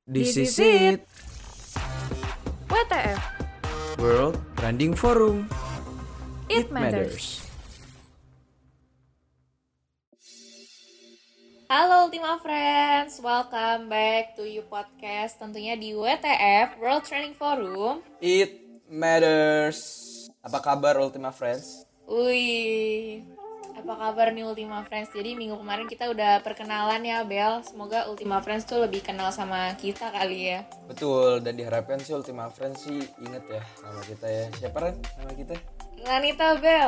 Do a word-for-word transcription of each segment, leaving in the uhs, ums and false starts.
This is it. W T F World Trending Forum. It Matters. Halo Ultima Friends, welcome back to you podcast tentunya di W T F World Trending Forum. It Matters. Apa kabar Ultima Friends? Wih, apa kabar nih Ultima Friends? Jadi minggu kemarin kita udah perkenalan ya Bel. Semoga Ultima Friends tuh lebih kenal sama kita kali ya. Betul, dan diharapkan sih Ultima Friends sih inget ya nama kita ya. Siapa Ran nama kita? Ranita Bel,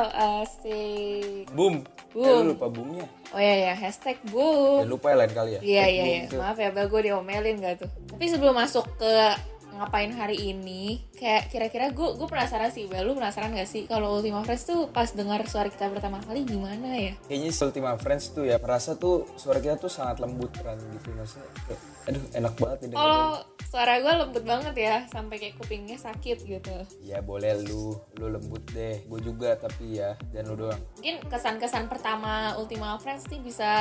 asik. Boom. Boom. Eh, lu lupa boomnya. Oh iya ya, hashtag boom. Ya lupa ya lain kali ya. Iya Eh, iya boom iya, itu. maaf ya Bel, gue diomelin gak tuh. Tapi sebelum masuk ke ngapain hari ini, kayak kira-kira gue gue penasaran sih Bel, lu penasaran gak sih kalau Ultima Friends tuh pas dengar suara kita pertama kali gimana ya? Kayaknya si Ultima Friends tuh ya merasa tuh suara kita tuh sangat lembut kan gitu maksudnya. Kayak, aduh enak banget nih dengerin. Oh, suara gue lembut banget ya, sampai kayak kupingnya sakit gitu. Ya boleh lu, lu lembut deh. Gue juga tapi ya, dan lu doang. Mungkin kesan-kesan pertama Ultima Friends nih bisa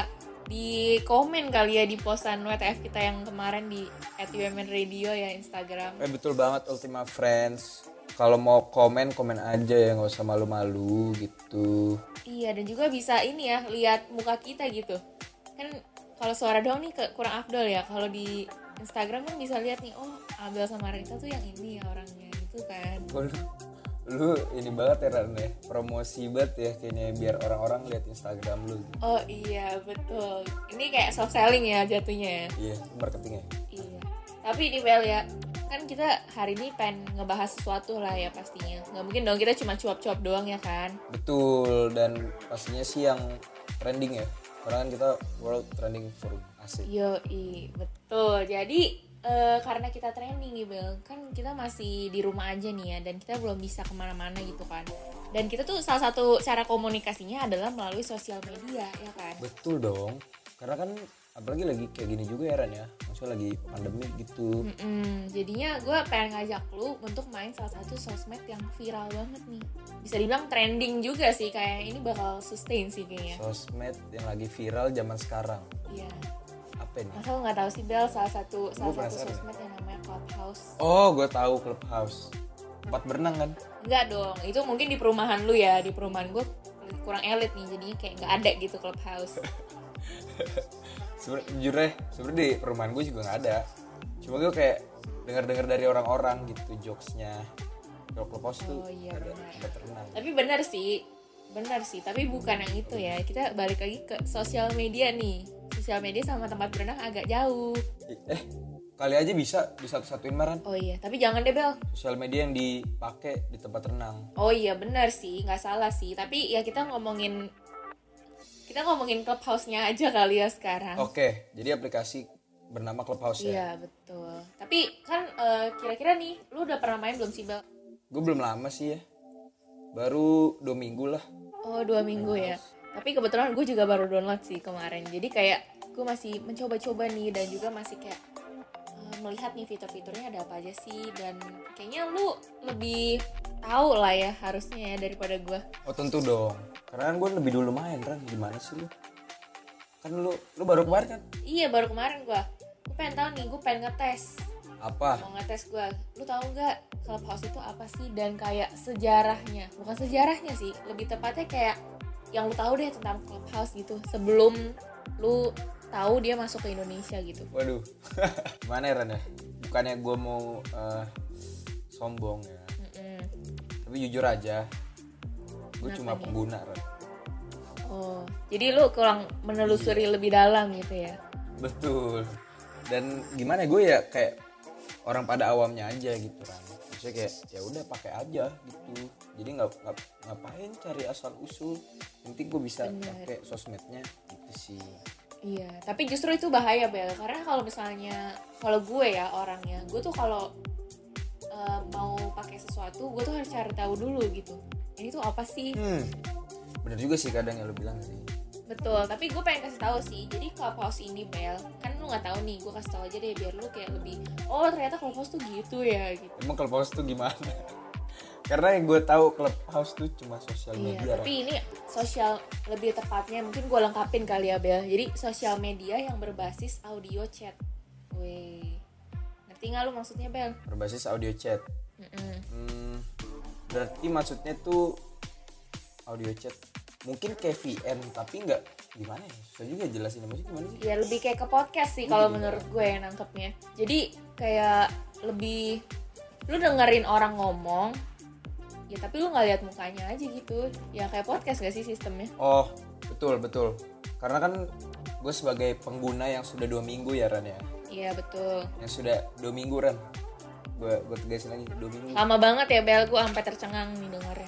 di komen kali ya di postan W T F kita yang kemarin di at U M N Radio ya, Instagram. Eh betul banget Ultima Friends. Kalau mau komen, komen aja ya, nggak usah malu-malu gitu. Iya, dan juga bisa ini ya, lihat muka kita gitu. Kan kalau suara doang nih ke, kurang afdol ya. Kalau di Instagram kan bisa lihat nih, oh Abel sama Ranita tuh yang ini ya orangnya gitu kan. Kok lu, lu ini banget ya Ran ya, promosi banget ya kayaknya biar orang-orang lihat Instagram lu. Oh iya, betul. Ini kayak soft selling ya jatuhnya ya. Iya, marketingnya. Iya. Tapi ini Bel ya, kan kita hari ini pengen ngebahas sesuatu lah ya pastinya. Nggak mungkin dong kita cuma cuap-cuap doang ya kan. Betul, dan pastinya sih yang trending ya. Karena kan kita World Trending Forum, asik. Yoi, betul. Jadi e, karena kita training nih Bel, kan kita masih di rumah aja nih ya, dan kita belum bisa kemana-mana gitu kan. Dan kita tuh salah satu cara komunikasinya adalah melalui sosial media ya kan. Betul dong, karena kan apalagi lagi kayak gini juga ya Ran ya, maksudnya lagi pandemi gitu. Mm-mm. Jadinya gue pengen ngajak lu untuk main salah satu sosmed yang viral banget nih. Bisa dibilang trending juga sih, kayak ini bakal sustain sih kayaknya. Sosmed yang lagi viral zaman sekarang. Iya. Apa ini? Masa lu gak tahu sih Bel, salah satu salah satu penasaran. sosmed yang namanya Clubhouse. Oh, gue tahu Clubhouse. Tempat berenang kan? Enggak dong, itu mungkin di perumahan lu ya. Di perumahan gue kurang elit nih, jadinya kayak gak ada gitu Clubhouse. Sebenernya jujur deh, sebenernya di perumahan gue juga nggak ada. Cuma gue kayak dengar-dengar dari orang-orang gitu jokesnya. Kalau Clubhouse tuh Oh iya ada benar. tempat renang. Tapi benar sih, benar sih. Tapi bukan yang itu ya. Kita balik lagi ke sosial media nih. Sosial media sama tempat berenang agak jauh. Eh, kali aja bisa disatu-satuin Maran. Oh iya, tapi jangan deh Bel. Sosial media yang dipakai di tempat renang. Oh iya benar sih, nggak salah sih. Tapi ya kita ngomongin kita ngomongin Clubhouse-nya aja kali ya sekarang. Oke, jadi aplikasi bernama Clubhouse ya. Iya betul. Tapi kan eh, kira-kira nih, lu udah pernah main belum sih Bel? Gue belum lama sih ya. Baru dua minggu lah. Oh dua minggu ya. Tapi kebetulan gue juga baru download sih kemarin. Jadi kayak gue masih mencoba-coba nih, dan juga masih kayak uh, melihat nih fitur-fiturnya ada apa aja sih. Dan kayaknya lu lebih tahu lah ya harusnya ya daripada gue. Oh tentu dong. Karena kan gue lebih dulu main Ran. Gimana sih lu? Kan lu lu baru kemarin kan? Iya baru kemarin gue. Gue pengen tahu nih, gue pengen ngetes. Apa? Mau ngetes gue. Lu tahu nggak Clubhouse itu apa sih? Dan kayak sejarahnya. Bukan sejarahnya sih. Lebih tepatnya kayak yang lu tahu deh tentang Clubhouse gitu. Sebelum lu tahu dia masuk ke Indonesia gitu. Waduh. Gimana ya Ran ya? Bukannya gue mau uh, sombong ya. Mm-mm. Tapi jujur aja. Gue Kenapa cuma nih? pengguna Ran. Oh, jadi lu kurang menelusuri lebih dalam gitu ya? Betul. Dan gimana gue ya kayak orang pada awamnya aja gitu kan. Maksudnya kayak ya udah pakai aja gitu. Jadi nggak ngapain cari asal usul. Penting gue bisa Bener. pakai sosmednya gitu sih. Iya, tapi justru itu bahaya Bel. Karena kalau misalnya, kalau gue ya orangnya, gue tuh kalau uh, mau pakai sesuatu, gue tuh harus cari tahu dulu gitu. Ini tuh apa sih? Hmm. Bener juga sih kadang yang lo bilang sih. Betul, tapi gue pengen kasih tahu sih. Jadi Clubhouse ini Bel, kan lu nggak tahu nih, gue kasih tahu aja deh biar lu kayak lebih, oh ternyata Clubhouse tuh gitu ya gitu. Emang Clubhouse tuh gimana? Karena yang gue tahu Clubhouse tuh cuma sosial Iya, media. tapi ini sosial, lebih tepatnya mungkin gue lengkapin kali ya Bel. Jadi sosial media yang berbasis audio chat. Weh, Ngerti nggak lu maksudnya, Bel? Berbasis audio chat. Mm-mm. Hmm, berarti maksudnya tuh audio chat mungkin kayak V N tapi nggak gimana ya? Susah juga jelasin maksudnya gimana sih? Ya lebih kayak ke podcast sih kalau menurut gue yang nangkepnya. Jadi kayak lebih lu dengerin orang ngomong, ya tapi lu nggak lihat mukanya aja gitu. Ya kayak podcast gak sih sistemnya? Oh betul betul. Karena kan gue sebagai pengguna yang sudah dua minggu ya Ran ya. Iya betul. Yang sudah dua minggu Ran. Gue gue tegasin lagi dua minggu. Lama banget ya Bel, gue sampai tercengang nih dengernya.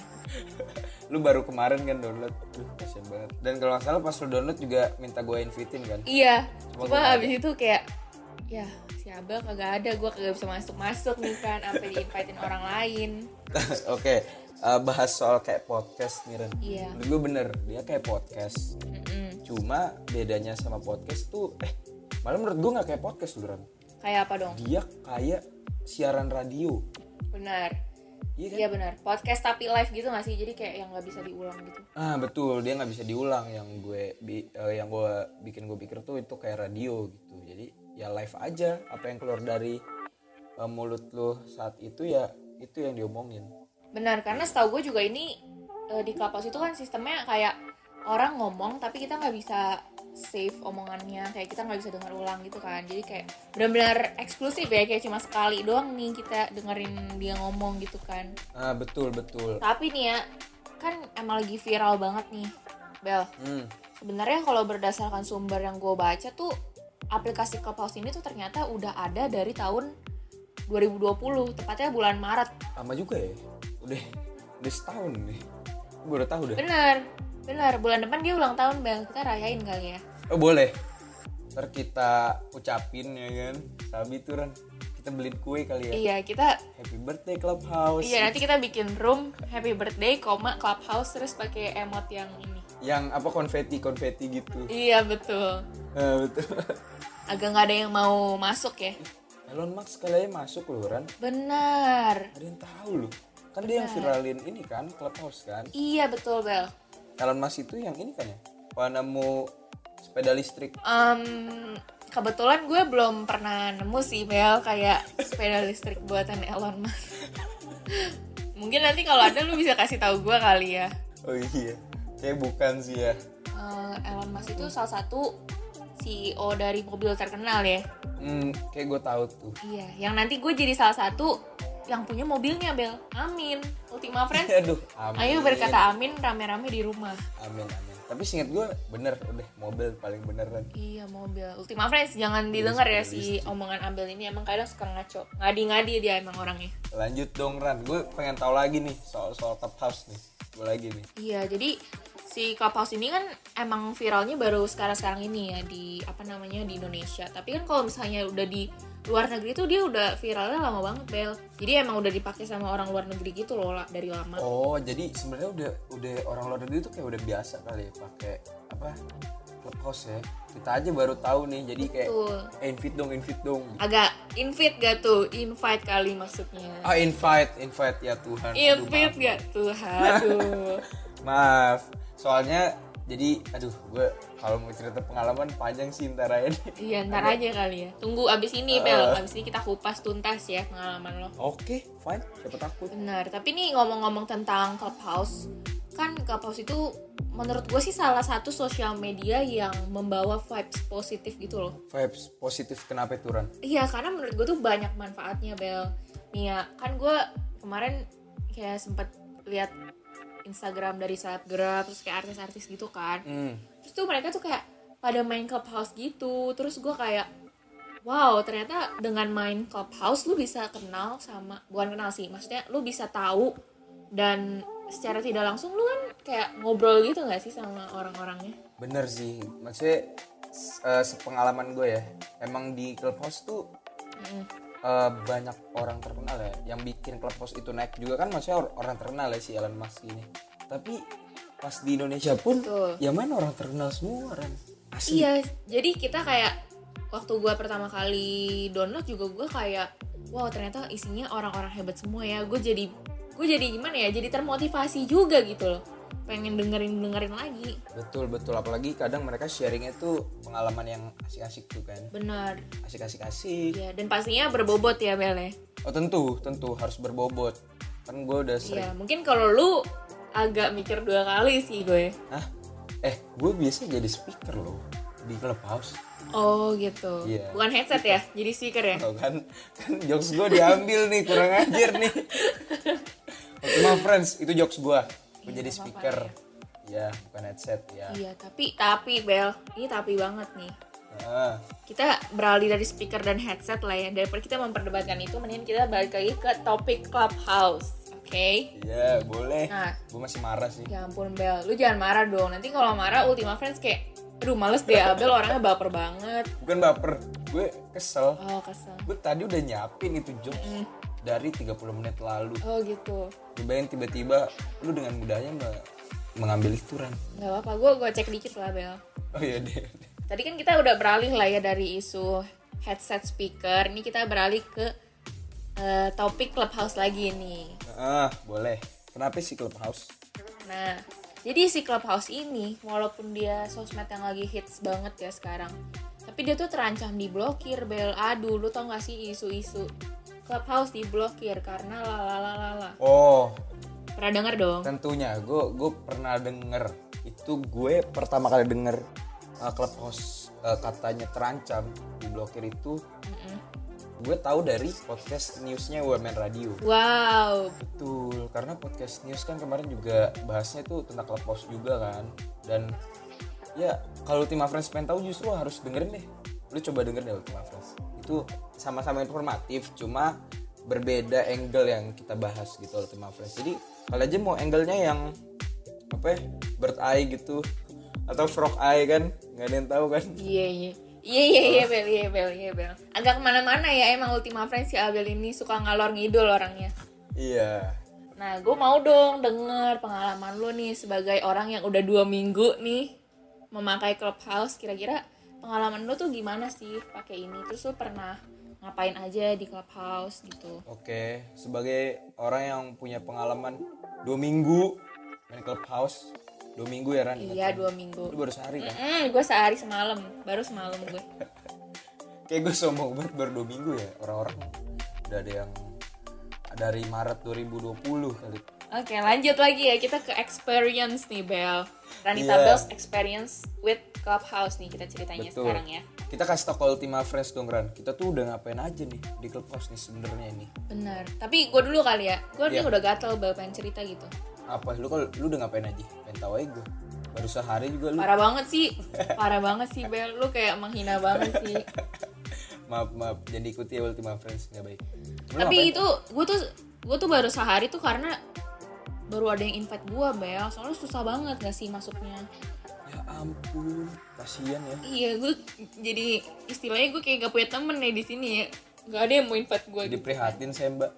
Lu baru kemarin kan download, duh kasian banget. Dan kalau nggak salah pas lu download juga minta gue invitein kan? Iya. Cuma Cuma gua abis itu kayak, ya si Abel kagak ada, gue kagak bisa masuk-masuk nih kan, sampai di-invitein orang lain. Oke, uh, bahas soal kayak podcast nih Ren. Iya. Menurut gue bener, dia kayak podcast. Mm-mm. Cuma bedanya sama podcast tuh, eh malah menurut gue nggak kayak podcast loh Ren. Kayak apa dong? Dia kayak siaran radio. Benar. Iya kan? Iya benar. Podcast tapi live gitu nggak sih? Jadi kayak yang nggak bisa diulang gitu. Ah betul, dia nggak bisa diulang. Yang gue, bi- uh, yang gue bikin gue pikir tuh itu kayak radio gitu. Jadi ya live aja, apa yang keluar dari uh, mulut lo saat itu ya itu yang diomongin. Benar, karena setahu gue juga ini e, di Clubhouse itu kan sistemnya kayak orang ngomong tapi kita nggak bisa save omongannya, kayak kita nggak bisa dengar ulang gitu kan. Jadi kayak benar-benar eksklusif ya, kayak cuma sekali doang nih kita dengerin dia ngomong gitu kan. Ah betul betul. Tapi nih ya, kan emang lagi viral banget nih, Bel. Hmm. Sebenarnya kalau berdasarkan sumber yang gue baca tuh, aplikasi Clubhouse ini tuh ternyata udah ada dari tahun dua ribu dua puluh, tepatnya bulan Maret. Lama juga ya, udah udah setahun nih. Gue udah tahu deh. Bener, bener. Bulan depan dia ulang tahun, Bel. Kita rayain kali ya. Oh boleh. Ntar kita ucapin ya kan. Sabi tuh Ran. Kita beliin kue kali ya. Iya, kita. Happy birthday Clubhouse. Iya, nanti kita bikin room happy birthday, koma Clubhouse terus pakai emot yang ini. Yang apa konfeti konfeti gitu. Iya betul. Ah, betul. Agak nggak ada yang mau masuk ya. Elon Musk kalian masuk loh Ran. Benar. Ada yang tahu loh. Kan dia yang viralin ini kan Clubhouse kan. Iya betul, Bel. Elon Musk itu yang ini kan ya. Penemu sepeda listrik. Um, kebetulan gue belum pernah nemu sih, Bel, kayak sepeda listrik buatan Elon Musk. Mungkin nanti kalau ada lu bisa kasih tahu gue kali ya. Oh iya. Kayak bukan sih ya. Uh, Elon Musk itu salah satu C E O dari mobil terkenal ya. Hmm, kayak gue tahu tuh. Iya, yang nanti gue jadi salah satu yang punya mobilnya, Bel. Amin. Ultima Friends. Aduh, amin. Ayo berkata amin rame-rame di rumah. Amin, amin. Tapi seingat gue bener, udah mobil paling beneran. Iya, mobil. Ultima Friends, jangan didengar ya si omongan Abel ini, emang kadang suka ngaco. Ngadi-ngadi dia emang orangnya. Lanjut dong Ran, gue pengen tahu lagi nih soal-soal Clubhouse nih. Gue lagi nih. Iya, jadi si Clubhouse ini kan emang viralnya baru sekarang-sekarang ini ya di apa namanya di Indonesia. Tapi kan kalau misalnya udah di luar negeri tuh dia udah viralnya lama banget, Bel. Jadi emang udah dipakai sama orang luar negeri gitu loh lah, dari lama. Oh, jadi sebenarnya udah udah orang luar negeri tuh kayak udah biasa kali ya pakai apa Clubhouse ya. Kita aja baru tahu nih. Jadi kayak eh, invite dong, invite dong. Agak invite gak tuh? Invite kali maksudnya. Ah, invite, invite ya Tuhan. Invite aduh, gak Tuhan? Aduh. Maaf. Soalnya jadi aduh gue kalau mau cerita pengalaman panjang sih ntar aja nih. Iya ntar Ada. aja kali ya. Tunggu abis ini uh, Bel, abis ini kita kupas tuntas ya pengalaman lo. Oke, okay, fine. Siapa takut. Benar, tapi nih ngomong-ngomong tentang Clubhouse, kan Clubhouse itu menurut gue sih salah satu sosial media yang membawa vibes positif gitu loh. Vibes positif kenapa itu Ran? Iya, karena menurut gue tuh banyak manfaatnya, Bel. Nih ya, kan gue kemarin kayak sempet lihat Instagram dari selebgram terus kayak artis-artis gitu kan. Mm. Terus tuh mereka tuh kayak pada main Clubhouse gitu. Terus gue kayak wow, ternyata dengan main Clubhouse lu bisa kenal sama, bukan kenal sih, maksudnya lu bisa tahu dan secara tidak langsung lu kan kayak ngobrol gitu gak sih sama orang-orangnya. Bener sih, maksudnya uh, sepengalaman gue ya, emang di Clubhouse tuh mm. Uh, banyak orang terkenal ya yang bikin Clubhouse itu naik juga kan, maksudnya or- orang terkenal ya si Elon Musk ini. Tapi pas di Indonesia pun tuh, ya mana orang terkenal semua orang asli. Iya, jadi kita kayak waktu gue pertama kali download juga gue kayak wow ternyata isinya orang-orang hebat semua ya. Gue jadi gue jadi gimana ya, jadi termotivasi juga gitu loh. pengen dengerin dengerin lagi. Betul betul, apalagi kadang mereka sharingnya tuh pengalaman yang asik-asik tuh kan. Benar. Asik-asik asik. Iya, dan pastinya berbobot ya Bel ya. Oh tentu tentu harus berbobot. Kan gue udah sering. Iya, mungkin kalau lu agak mikir dua kali sih gue. Hah? Eh, gue biasa jadi speaker loh di Clubhouse. Oh gitu. Iya. Bukan headset ya, jadi speaker ya. Oh kan, kan jokes gue diambil nih, kurang ajar nih. Cuma friends, itu jokes gue. Gue Iya, jadi gak apa-apa speaker. Ya, bukan headset ya. Iya, tapi tapi Bel, ini tapi banget nih. Ah, Kita beralih dari speaker dan headset lah ya. Daripada kita memperdebatkan itu, mending kita balik lagi ke topik Clubhouse. Oke? Okay? iya boleh. Nah, Gue masih marah sih. ya ampun Bel, lu jangan marah dong. Nanti kalau marah Ultima Friends kayak, aduh males deh, Abel orangnya baper banget. Bukan baper, gue kesel. Oh kesel. Gue tadi udah nyiapin itu jokes Mm. dari tiga puluh menit lalu. Oh gitu. Dibayangin tiba-tiba lu dengan mudahnya me- mengambil itu Ran. Gak apa-apa, gue gue cek dikit lah Bel. Oh iya deh. Tadi kan kita udah beralih lah ya dari isu headset speaker. Ini kita beralih ke uh, topik Clubhouse lagi nih. Ah, boleh. Kenapa sih Clubhouse? Nah, jadi si Clubhouse ini walaupun dia sosmed yang lagi hits banget ya sekarang, tapi dia tuh terancam diblokir Bel. Aduh, lu tau gak sih isu-isu Clubhouse diblokir karena lalalala. Oh, Pernah denger dong? tentunya. Gue gue pernah denger. Itu gue pertama kali denger uh, Clubhouse uh, katanya terancam diblokir itu. Mm-mm. Gue tahu dari podcast newsnya U M N Radio. Wow. Betul, karena podcast news kan kemarin juga bahasnya tuh tentang Clubhouse juga kan. Dan ya kalau Ultima Friends pengen tahu justru harus dengerin deh. Lu coba dengerin deh Ultima Friends. Itu sama-sama informatif, cuma berbeda angle yang kita bahas gitu Ultima Friends. Jadi kalau aja mau angle-nya yang apa ya, bird eye gitu atau frog eye kan, nggak ada yang tahu kan. Iya iya. Iya iya iya Bel, iya Bel, iya Bel. Agak kemana-mana ya emang Ultima Friends si Abel ini suka ngalor ngidul orangnya. Iya. Nah, gue mau dong denger pengalaman lo nih sebagai orang yang udah dua minggu nih memakai Clubhouse. Kira-kira pengalaman lo tuh gimana sih pakai ini? Terus lo pernah ngapain aja di Clubhouse gitu? Oke, sebagai orang yang punya pengalaman dua minggu main Clubhouse, dua minggu ya Ran? Iya, dua minggu. Lu baru sehari kan? Mm, gue sehari semalam, baru semalam gue. Kayak gue sombong banget baru dua minggu ya. Orang-orang udah ada yang dari Maret dua ribu dua puluh kali. Oke, lanjut lagi ya, kita ke experience nih Bel. Ranita Iya. Bel's experience with Clubhouse nih kita ceritanya Betul. sekarang ya. Kita kasih tau ke Ultima Friends dong Ran. Kita tuh udah ngapain aja nih di Clubhouse nih sebenarnya ini. Benar. Tapi gue dulu kali ya. Gue nih Iya. udah gatel Bel pengen cerita gitu. Apa lu kalau lu udah ngapain aja? Pengen tahu aja gue. Baru sehari juga lu. Parah banget sih. Parah banget sih Bel. Lu kayak menghina banget sih. Maaf maaf, jangan diikuti ya Ultima Friends, nggak baik. Lu Tapi ngapain? itu gue tuh gue tuh baru sehari tuh karena baru ada yang invite gue Bel. Soalnya susah banget gak sih masuknya. Ya ampun, kasihan ya. Iya, gue jadi istilahnya gue kayak gak punya temen nih di sini ya. Gak ada yang mau invite gue. Jadi prihatin saya Mbak.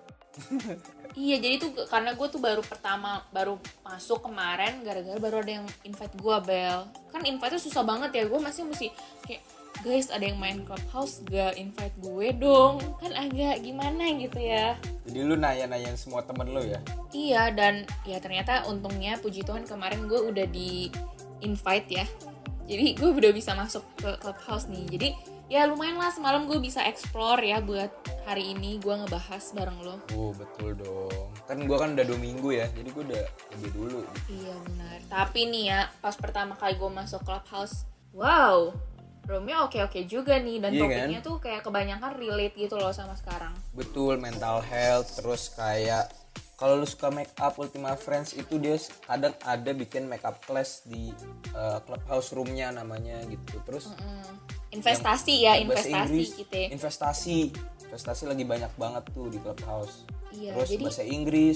Iya, jadi tuh karena gue tuh baru pertama baru masuk kemarin gara-gara baru ada yang invite gue Bel. Kan invite-nya susah banget ya. Gue masih mesti kayak guys ada yang main Clubhouse gak invite gue dong. Kan agak gimana gitu ya. Jadi lu nanya-nanyain semua temen lu ya? Iya, dan ya ternyata untungnya puji Tuhan kemarin gue udah di invite ya. Jadi gue udah bisa masuk ke Clubhouse nih. Jadi ya lumayan lah semalam gue bisa explore ya buat hari ini gue ngebahas bareng lo. Oh betul dong. Kan gue kan udah dua minggu ya, jadi gue udah lebih dulu. Iya benar. Tapi nih ya pas pertama kali gue masuk Clubhouse, wow, roomnya oke-oke juga nih dan Iya topiknya kan? tuh kayak kebanyakan relate gitu loh sama sekarang. Betul, mental health, terus kayak kalau lu suka make up Ultima Friends itu dia kadang ada bikin make up class di uh, Clubhouse roomnya namanya gitu. Terus Mm. Investasi ya, yang bahasa investasi Inggris, gitu ya. Investasi, investasi lagi banyak banget tuh di Clubhouse. Iya, Terus jadi- bahasa Inggris,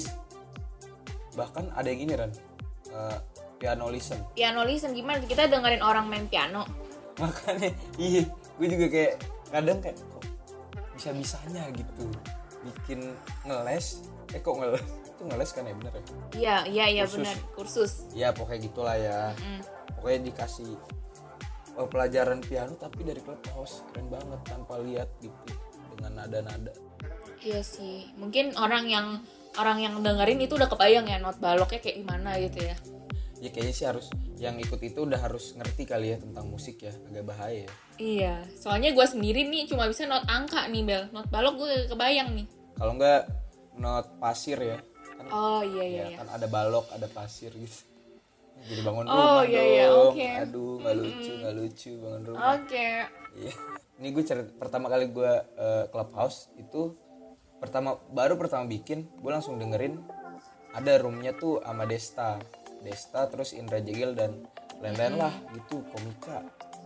bahkan ada yang ini Ran, uh, piano listen. Piano listen gimana? Kita dengerin orang main piano. Makanya iya, gue juga kayak kadang kayak kok bisa-bisanya gitu bikin ngeles, eh kok ngeles, itu ngeles kan ya bener ya? Iya, iya, iya Kursus. benar, kursus. Ya pokoknya gitulah ya. Mm. Pokoknya dikasih oh, pelajaran piano tapi dari Clubhouse, keren banget tanpa lihat gitu dengan nada-nada. Iya sih, mungkin orang yang orang yang dengerin itu udah kebayang ya not baloknya kayak gimana gitu ya. Ya kayaknya sih harus yang ikut itu udah harus ngerti kali ya tentang musik ya, agak bahaya ya. Iya, soalnya gue sendiri nih cuma bisa not angka nih Bel, not balok gue gak kebayang nih. Kalau enggak not pasir ya. Kan, Oh iya iya. ya, iya. kan ada balok, ada pasir gitu. Jadi bangun Oh, rumah iya, dong. iya, oke. Aduh, nggak lucu, nggak lucu bangun rumah. Oke. Iya. Ini gue cerita pertama kali gue uh, Clubhouse itu pertama baru pertama bikin, gue langsung dengerin ada roomnya tuh sama Desta, Desta terus Indra Jegel dan lain-lain lah gitu, komika.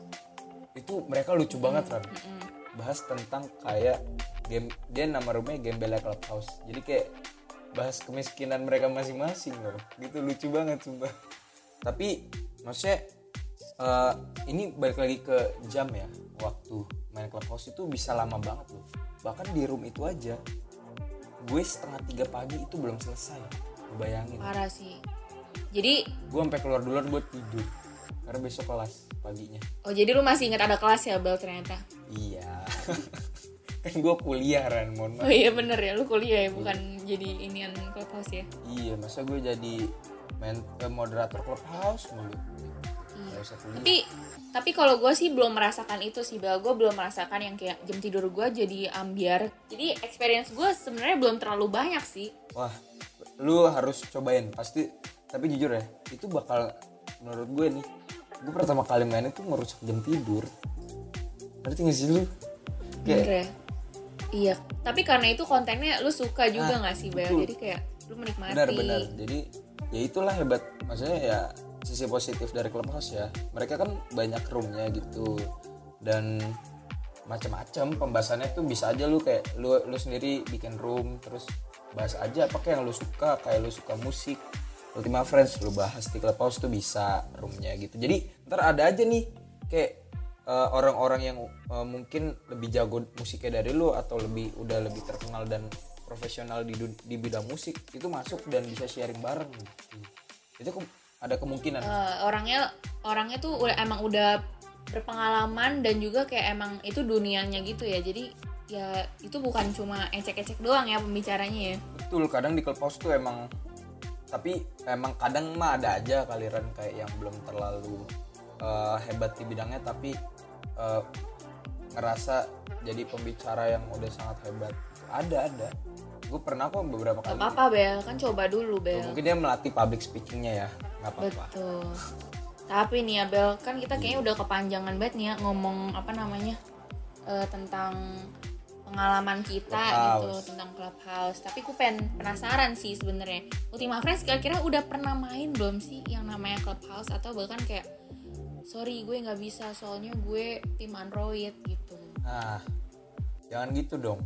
Itu mereka lucu banget kan. Bahas tentang kayak game, dia nama roomnya Gembela Clubhouse. Jadi kayak bahas kemiskinan mereka masing-masing loh. Gitu lucu banget sumpah. Tapi maksudnya uh, ini balik lagi ke jam ya, waktu main Clubhouse itu bisa lama banget loh. Bahkan di room itu aja gue setengah tiga pagi itu belum selesai. Bayangin. Parah sih. Jadi gue sampai keluar duluan buat tidur karena besok kelas paginya. oh jadi lu masih ingat ada kelas ya Bel ternyata? Iya. Kan gue kuliah Ran, mohon maaf. Oh iya bener ya, lu kuliah ya, bukan jadi inian Clubhouse ya? Iya, masa gue jadi main, eh, moderator Clubhouse mulu. Iya. Gak usah kuliah. Tapi tapi kalau gue sih belum merasakan itu sih Bel, gue belum merasakan yang kayak jam tidur gue jadi ambiar. Jadi experience gue sebenarnya belum terlalu banyak sih. Wah, lu harus cobain pasti. Tapi jujur ya, itu bakal menurut gue nih, gue pertama kali main itu merusak jam tidur. Ngerti gak sih lu? Bener ya? Iya, tapi karena itu kontennya lu suka juga nggak ah, sih Bel? betul. Jadi kayak lu menikmati. Benar-benar. Jadi ya itulah hebat. Maksudnya ya sisi positif dari Clubhouse ya. Mereka kan banyak roomnya gitu dan macam-macam pembahasannya tuh bisa aja lu kayak lu lu sendiri bikin room terus bahas aja apa kayak yang lu suka, kayak lu suka musik. Ultima Friends lu bahas di Clubhouse tuh bisa roomnya gitu. Jadi ntar ada aja nih kayak uh, orang-orang yang uh, mungkin lebih jago musiknya dari lu atau lebih udah lebih terkenal dan profesional di di bidang musik itu masuk dan bisa sharing bareng gitu. Itu ke, ada kemungkinan. Uh, orangnya orangnya tuh udah emang udah berpengalaman dan juga kayak emang itu dunianya gitu ya. Jadi ya itu bukan cuma ecek-ecek doang ya pembicaranya ya. Betul, kadang di Clubhouse tuh emang tapi emang kadang mah ada aja kaliran kayak yang belum terlalu uh, hebat di bidangnya tapi uh, ngerasa jadi pembicara yang udah sangat hebat. Ada ada. Gue pernah kok beberapa kali. Gak apa-apa Bel, kan coba dulu Bel. Tuh, mungkin dia melatih public speakingnya ya, nggak apa-apa. Betul. Tapi nih ya Bel, kan kita kayaknya udah kepanjangan banget nih ya ngomong apa namanya uh, tentang pengalaman kita Clubhouse. gitu tentang Clubhouse. Tapi gue pengen penasaran sih sebenarnya. Ultima Friends kira-kira udah pernah main belum sih yang namanya Clubhouse atau bahkan kayak sorry gue nggak bisa soalnya gue tim Android gitu. Nah, jangan gitu dong.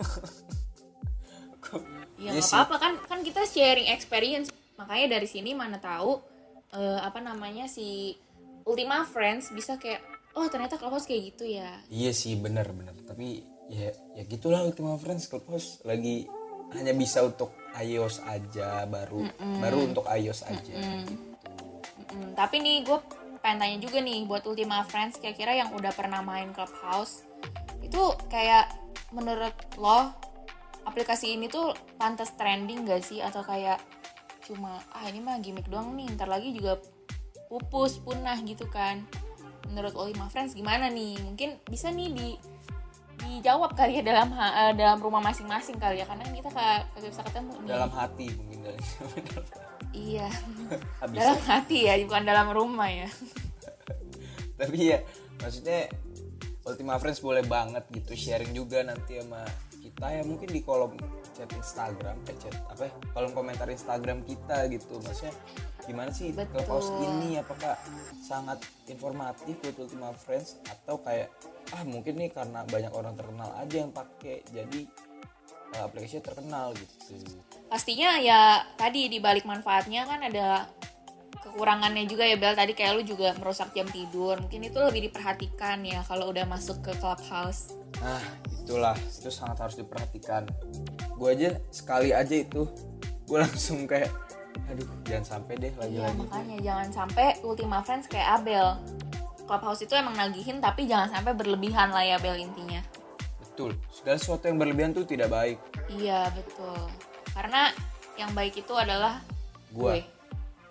Ya Iya nggak sih. apa-apa kan kan kita sharing experience. Makanya dari sini mana tahu uh, apa namanya si Ultima Friends bisa kayak oh ternyata Clubhouse kayak gitu ya. Iya sih benar-benar. Tapi ya ya gitulah Ultima Friends Clubhouse lagi hanya bisa untuk iOS aja baru Mm-mm. baru untuk iOS aja. Mm-mm. Gitu. Mm-mm. Tapi nih gue pengen tanya juga nih buat Ultima Friends kira-kira yang udah pernah main Clubhouse itu kayak menurut lo aplikasi ini tuh pantas trending gak sih atau kayak cuma ah ini mah gimmick doang nih ntar lagi juga pupus punah gitu kan. Menurut Ultima Friends gimana nih? Mungkin bisa nih di dijawab kali ya dalam uh, dalam rumah masing-masing kali ya karena kita kagak bisa ketemu nih. Dalam hati mungkin dari Iya. Habis dalam ya. hati ya bukan dalam rumah ya. Tapi ya maksudnya Ultima Friends boleh banget gitu sharing juga nanti sama kita ya mungkin di kolom chat Instagram kayak chat apa ya, kolom komentar Instagram kita gitu. Maksudnya gimana sih Clubhouse ini, apakah sangat informatif buat Ultima Friends atau kayak ah mungkin nih karena banyak orang terkenal aja yang pakai jadi uh, aplikasinya terkenal gitu. Pastinya ya tadi di balik manfaatnya kan ada kekurangannya juga ya Bel. Tadi kayak lu juga merusak jam tidur. Mungkin itu lebih diperhatikan ya kalau udah masuk ke Clubhouse. Nah itulah, itu sangat harus diperhatikan. Gue aja sekali aja itu gue langsung kayak aduh jangan sampai deh lagi-lagi. Iya makanya jangan sampai Ultima Friends kayak Abel. Clubhouse itu emang nagihin tapi jangan sampai berlebihan lah ya Bel intinya. Betul, segala sesuatu yang berlebihan tuh tidak baik. Iya betul. Karena yang baik itu adalah Gua. gue.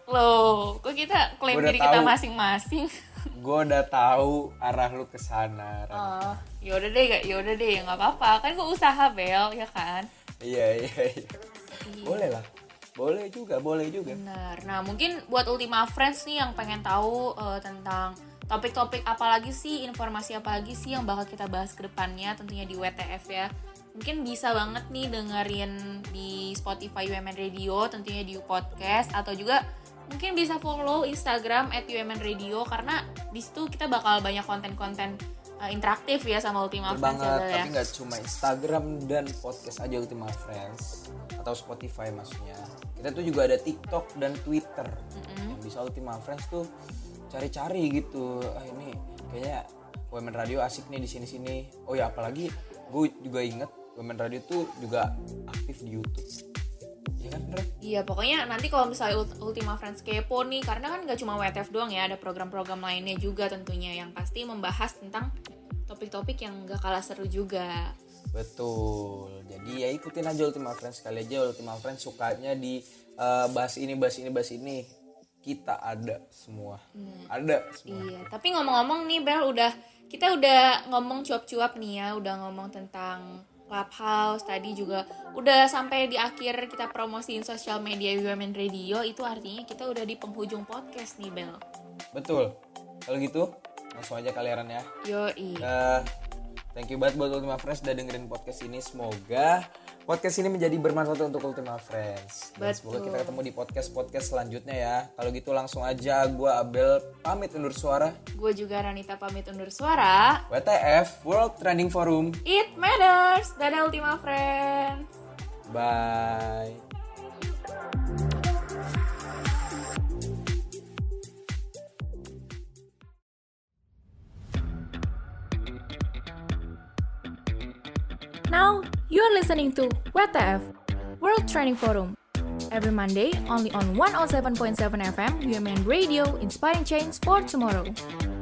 Loh, kok kita klaim Gua udah diri kita tahu. masing-masing? Gue udah tahu arah lu ke sana. Ran. Oh, yaudah deh, gak, yaudah deh, ya nggak apa-apa. Kan gue usaha Bel, ya kan? Iya iya iya. Boleh lah. Boleh juga, boleh juga. Benar. Nah, mungkin buat Ultima Friends nih yang pengen tahu uh, tentang topik-topik apa lagi sih, informasi apa lagi sih yang bakal kita bahas ke depannya, tentunya di W T F ya. Mungkin bisa banget nih dengerin di Spotify U M N Radio, tentunya di Podcast, atau juga mungkin bisa follow Instagram at U M N Radio, karena di situ kita bakal banyak konten-konten uh, interaktif ya sama Ultima Betul Friends banget, ya. tapi nggak cuma Instagram dan podcast aja Ultima Friends atau Spotify maksudnya. Kita tuh juga ada TikTok dan Twitter. Mm-hmm. Yang bisa Ultima Friends tuh cari-cari gitu. Ah ini kayaknya U M N Radio asik nih di sini-sini. Oh ya apalagi gue juga inget U M N Radio tuh juga aktif di YouTube. Iya kan, Ren? Iya, pokoknya nanti kalau misalnya Ultima Friends kepo nih, karena kan gak cuma W T F doang ya, ada program-program lainnya juga tentunya yang pasti membahas tentang topik-topik yang gak kalah seru juga. Betul. Jadi ya ikutin aja Ultima Friends, sekali aja Ultima Friends sukanya di uh, bahas ini, bahas ini, bahas ini. Kita ada semua. Hmm. Ada semua. Iya, tapi ngomong-ngomong nih Bel, udah kita udah ngomong cuap-cuap nih ya, udah ngomong tentang Clubhouse, tadi juga udah sampai di akhir kita promosiin sosial media U M N Radio, itu artinya kita udah di penghujung podcast nih Bel. Betul. Kalau gitu langsung aja kalian ya. Yoi. Uh, thank you banget buat Ultima Friends udah dengerin podcast ini. Semoga podcast ini menjadi bermanfaat untuk Ultima Friends. Dan Betul. semoga kita ketemu di podcast-podcast selanjutnya ya. Kalau gitu langsung aja gue Abel pamit undur suara. Gue juga Ranita pamit undur suara. W T F World Trending Forum. It matters. Dadah Ultima Friends. Bye. Now, you're listening to W T F, World Training Forum. Every Monday, only on one oh seven point seven F M, U M N Radio, inspiring change for tomorrow.